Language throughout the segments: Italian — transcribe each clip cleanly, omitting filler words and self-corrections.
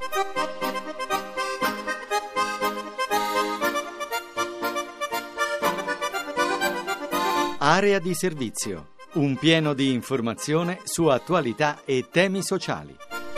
Area di servizio, un pieno di informazione su attualità e temi sociali.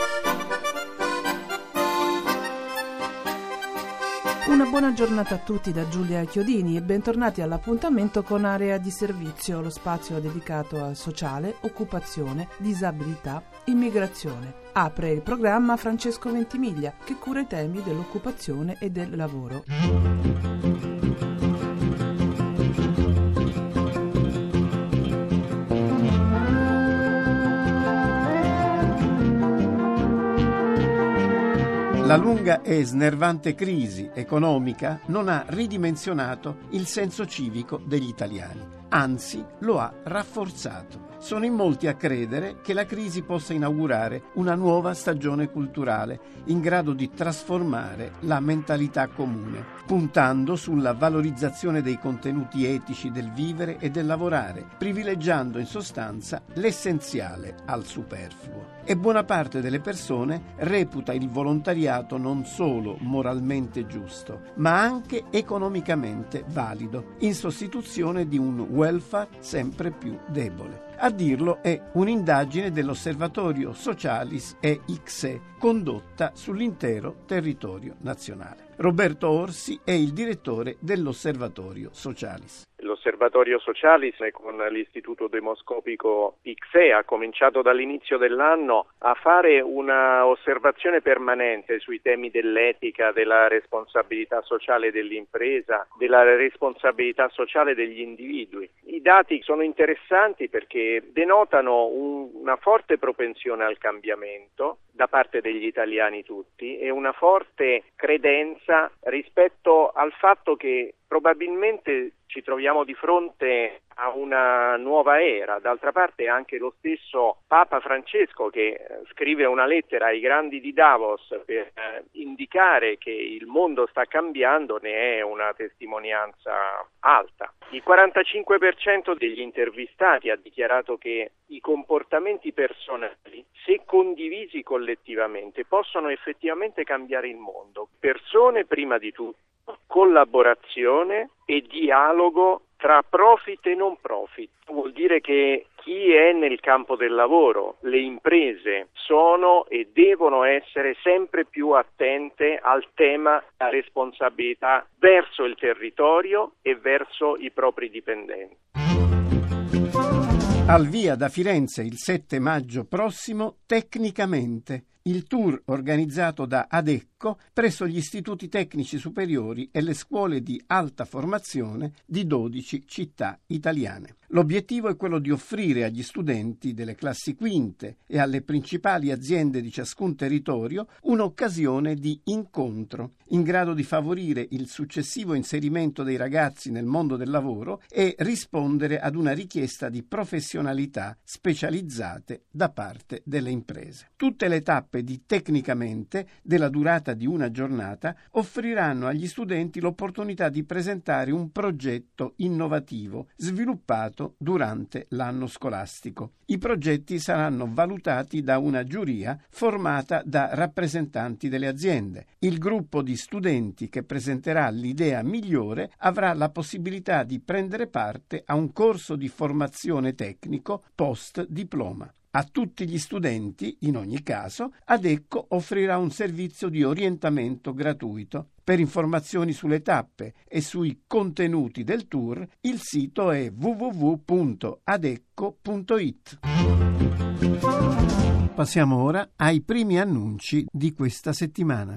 Una buona giornata a tutti da Giulia Chiodini e bentornati all'appuntamento con Area di Servizio, lo spazio dedicato al sociale, occupazione, disabilità, immigrazione. Apre il programma Francesco Ventimiglia, che cura i temi dell'occupazione e del lavoro. La lunga e snervante crisi economica non ha ridimensionato il senso civico degli italiani, anzi lo ha rafforzato. Sono in molti a credere che la crisi possa inaugurare una nuova stagione culturale in grado di trasformare la mentalità comune, puntando sulla valorizzazione dei contenuti etici del vivere e del lavorare, privilegiando in sostanza l'essenziale al superfluo. E buona parte delle persone reputa il volontariato non solo moralmente giusto, ma anche economicamente valido, in sostituzione di un welfare sempre più debole. A dirlo è un'indagine dell'Osservatorio Socialis e ICSE condotta sull'intero territorio nazionale. Roberto Orsi è il direttore dell'Osservatorio Socialis. L'Osservatorio Socialis con l'Istituto Demoscopico ICSE ha cominciato dall'inizio dell'anno a fare una osservazione permanente sui temi dell'etica, della responsabilità sociale dell'impresa, della responsabilità sociale degli individui. I dati sono interessanti perché denotano una forte propensione al cambiamento da parte degli italiani tutti e una forte credenza rispetto al fatto che probabilmente ci troviamo di fronte a una nuova era. D'altra parte anche lo stesso Papa Francesco, che scrive una lettera ai grandi di Davos per indicare che il mondo sta cambiando, ne è una testimonianza alta. Il 45% degli intervistati ha dichiarato che i comportamenti personali, se condivisi collettivamente, possono effettivamente cambiare il mondo. Persone prima di tutto, collaborazione e dialogo tra profit e non profit. Vuol dire che chi è nel campo del lavoro, le imprese, sono e devono essere sempre più attente al tema della responsabilità verso il territorio e verso i propri dipendenti. Al via da Firenze il 7 maggio prossimo, Tecnicamente, il tour organizzato da Adecco presso gli istituti tecnici superiori e le scuole di alta formazione di 12 città italiane. L'obiettivo è quello di offrire agli studenti delle classi quinte e alle principali aziende di ciascun territorio un'occasione di incontro in grado di favorire il successivo inserimento dei ragazzi nel mondo del lavoro e rispondere ad una richiesta di professionalità specializzate da parte delle imprese. Tutte le tappe di Tecnicamente, della durata di una giornata, offriranno agli studenti l'opportunità di presentare un progetto innovativo sviluppato durante l'anno scolastico. I progetti saranno valutati da una giuria formata da rappresentanti delle aziende. Il gruppo di studenti che presenterà l'idea migliore avrà la possibilità di prendere parte a un corso di formazione tecnico post diploma. A tutti gli studenti, in ogni caso, Adecco offrirà un servizio di orientamento gratuito. Per informazioni sulle tappe e sui contenuti del tour, il sito è www.adecco.it. Passiamo ora ai primi annunci di questa settimana.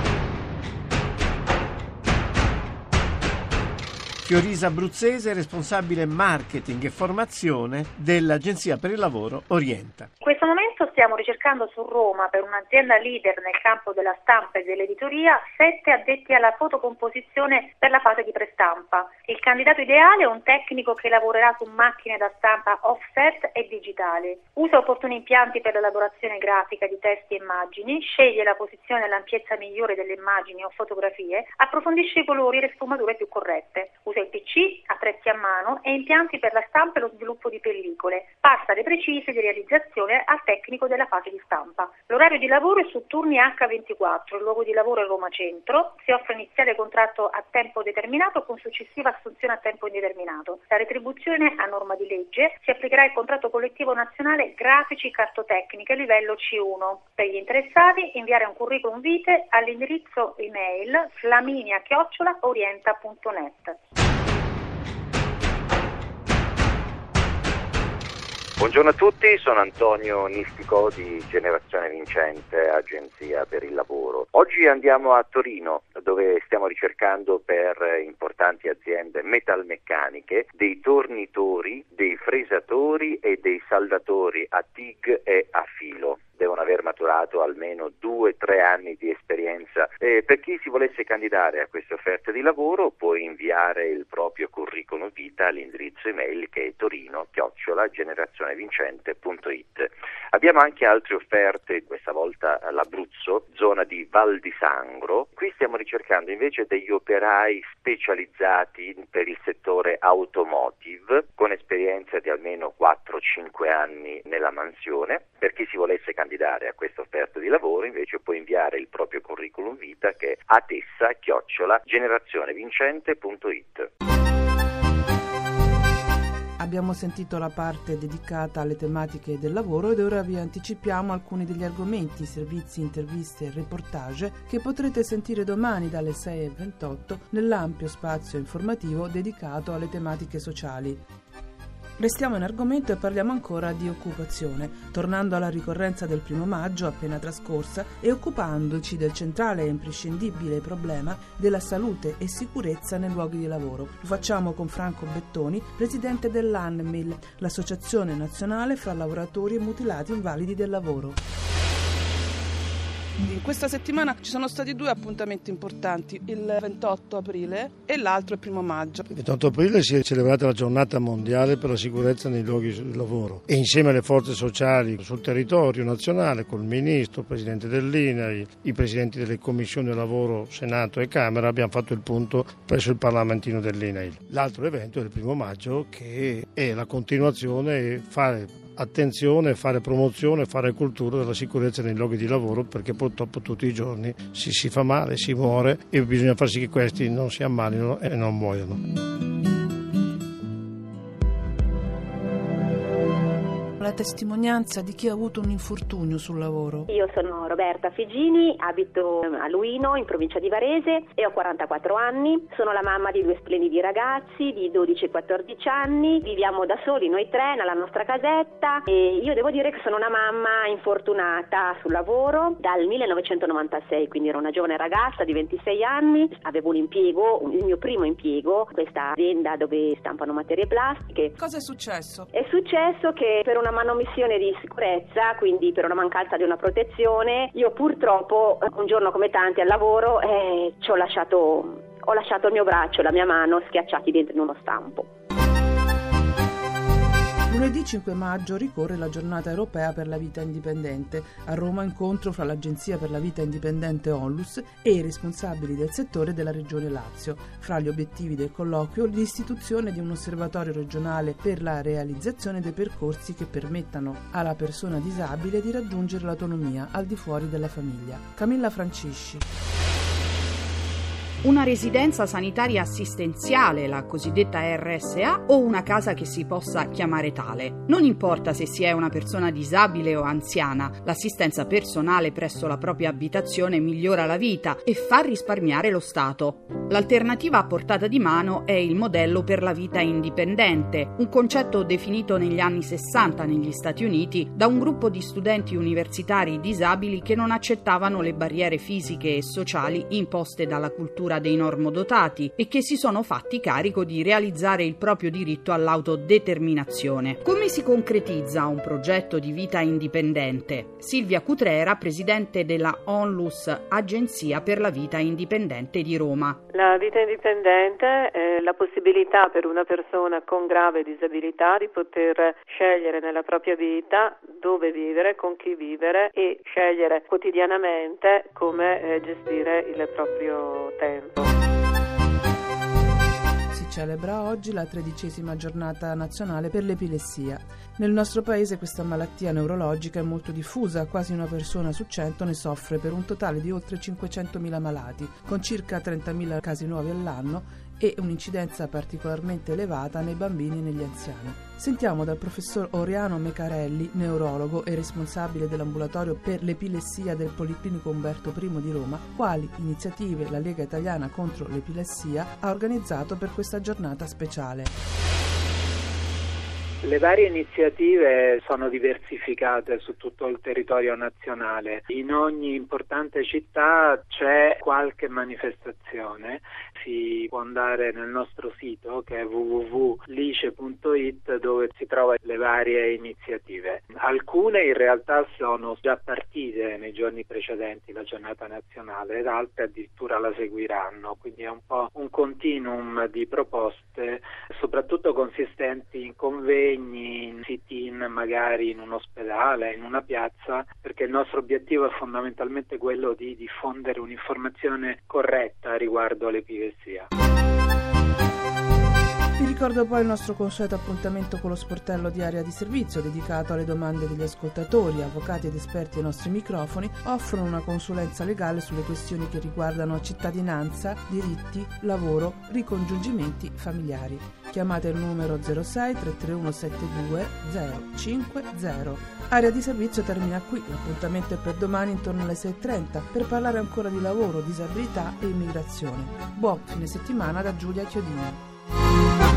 Fiorisa Abruzzese, responsabile marketing e formazione dell'Agenzia per il Lavoro Orienta. In questo momento stiamo ricercando su Roma, per un'azienda leader nel campo della stampa e dell'editoria, 7 addetti alla fotocomposizione per la fase di prestampa. Il candidato ideale è un tecnico che lavorerà su macchine da stampa offset e digitali. Usa opportuni impianti per l'elaborazione grafica di testi e immagini, sceglie la posizione e l'ampiezza migliore delle immagini o fotografie, approfondisce i colori e le sfumature più corrette. Usa e PC, attrezzi a mano e impianti per la stampa e lo sviluppo di pellicole. Passa le precise di realizzazione al tecnico della fase di stampa. L'orario di lavoro è su turni H24, il luogo di lavoro è Roma Centro, si offre iniziale contratto a tempo determinato con successiva assunzione a tempo indeterminato. La retribuzione a norma di legge si applicherà il contratto collettivo nazionale grafici cartotecniche livello C1. Per gli interessati inviare un curriculum vitae all'indirizzo email flaminia@orienta.net. Buongiorno a tutti, sono Antonio Nistico di Generazione Vincente, agenzia per il lavoro. Oggi andiamo a Torino, dove stiamo ricercando per importanti aziende metalmeccaniche dei tornitori, dei fresatori e dei saldatori a TIG e a filo. Devono aver maturato almeno 2-3 anni di esperienza. Per chi si volesse candidare a queste offerte di lavoro può inviare il proprio curriculum vitae all'indirizzo email che è torino@generazionevincente.it. Abbiamo anche altre offerte, questa volta all'Abruzzo, zona di Val di Sangro. Qui stiamo ricercando invece degli operai specializzati per il settore automotive, con esperienza di almeno 4-5 anni nella mansione. Per chi si volesse candidare a questa offerta di lavoro invece può inviare il proprio curriculum vitae che è atessa@generazionevincente.it. Abbiamo sentito la parte dedicata alle tematiche del lavoro ed ora vi anticipiamo alcuni degli argomenti, servizi, interviste e reportage che potrete sentire domani dalle 6:28 nell'ampio spazio informativo dedicato alle tematiche sociali. Restiamo in argomento e parliamo ancora di occupazione, tornando alla ricorrenza del 1 maggio appena trascorsa e occupandoci del centrale e imprescindibile problema della salute e sicurezza nei luoghi di lavoro. Lo facciamo con Franco Bettoni, presidente dell'ANMIL, l'Associazione Nazionale fra Lavoratori e Mutilati Invalidi del Lavoro. In questa settimana ci sono stati 2 appuntamenti importanti, il 28 aprile e l'altro il 1 maggio. Il 28 aprile si è celebrata la giornata mondiale per la sicurezza nei luoghi di lavoro e insieme alle forze sociali sul territorio nazionale, col ministro, il presidente dell'INAIL, i presidenti delle commissioni del lavoro, Senato e Camera, abbiamo fatto il punto presso il parlamentino dell'INAIL. L'altro evento è il 1 maggio che è la continuazione e fare attenzione, fare promozione, fare cultura della sicurezza nei luoghi di lavoro, perché purtroppo tutti i giorni si fa male, si muore e bisogna far sì che questi non si ammalino e non muoiano. La testimonianza di chi ha avuto un infortunio sul lavoro. Io sono Roberta Figini, abito a Luino, in provincia di Varese e ho 44 anni. Sono la mamma di 2 splendidi ragazzi di 12 e 14 anni. Viviamo da soli noi 3 nella nostra casetta e io devo dire che sono una mamma infortunata sul lavoro dal 1996, quindi ero una giovane ragazza di 26 anni. Avevo un impiego, il mio primo impiego, questa azienda dove stampano materie plastiche. Cosa è successo? È successo che per una manomissione di sicurezza, quindi per una mancanza di una protezione, io purtroppo un giorno come tanti al lavoro ho lasciato il mio braccio e la mia mano schiacciati dentro in uno stampo. Lunedì 5 maggio ricorre la giornata europea per la vita indipendente. A Roma incontro fra l'Agenzia per la vita indipendente Onlus e i responsabili del settore della Regione Lazio. Fra gli obiettivi del colloquio l'istituzione di un osservatorio regionale per la realizzazione dei percorsi che permettano alla persona disabile di raggiungere l'autonomia al di fuori della famiglia. Camilla Francisci. Una residenza sanitaria assistenziale, la cosiddetta RSA, o una casa che si possa chiamare tale. Non importa se si è una persona disabile o anziana, l'assistenza personale presso la propria abitazione migliora la vita e fa risparmiare lo Stato. L'alternativa a portata di mano è il modello per la vita indipendente, un concetto definito negli anni 60 negli Stati Uniti da un gruppo di studenti universitari disabili che non accettavano le barriere fisiche e sociali imposte dalla cultura dei normodotati e che si sono fatti carico di realizzare il proprio diritto all'autodeterminazione. Come si concretizza un progetto di vita indipendente? Silvia Cutrera, presidente della Onlus, Agenzia per la vita indipendente di Roma. La vita indipendente è la possibilità per una persona con grave disabilità di poter scegliere nella propria vita dove vivere, con chi vivere e scegliere quotidianamente come gestire il proprio tempo. Si celebra oggi la 13ª giornata nazionale per l'epilessia. Nel nostro paese questa malattia neurologica è molto diffusa, quasi una persona su 100 ne soffre, per un totale di oltre 500.000 malati, con circa 30.000 casi nuovi all'anno e un'incidenza particolarmente elevata nei bambini e negli anziani. Sentiamo dal professor Oriano Mecarelli, neurologo e responsabile dell'ambulatorio per l'epilessia del Policlinico Umberto I di Roma, quali iniziative la Lega Italiana contro l'Epilessia ha organizzato per questa giornata speciale. Le varie iniziative sono diversificate su tutto il territorio nazionale. In ogni importante città c'è qualche manifestazione. Si può andare nel nostro sito che è www.lice.it dove si trovano le varie iniziative. Alcune in realtà sono già partite nei giorni precedenti la giornata nazionale ed altre addirittura la seguiranno, quindi è un po' un continuum di proposte, soprattutto consistenti in convegni, in sit-in magari in un ospedale, in una piazza, perché il nostro obiettivo è fondamentalmente quello di diffondere un'informazione corretta riguardo all'epilessia. Vi ricordo poi il nostro consueto appuntamento con lo sportello di Area di Servizio dedicato alle domande degli ascoltatori. Avvocati ed esperti ai nostri microfoni offrono una consulenza legale sulle questioni che riguardano cittadinanza, diritti, lavoro, ricongiungimenti familiari. Chiamate il numero 06 331 72 050. Area di Servizio termina qui, l'appuntamento è per domani intorno alle 6:30 per parlare ancora di lavoro, disabilità e immigrazione. Buon fine settimana da Giulia Chiodini.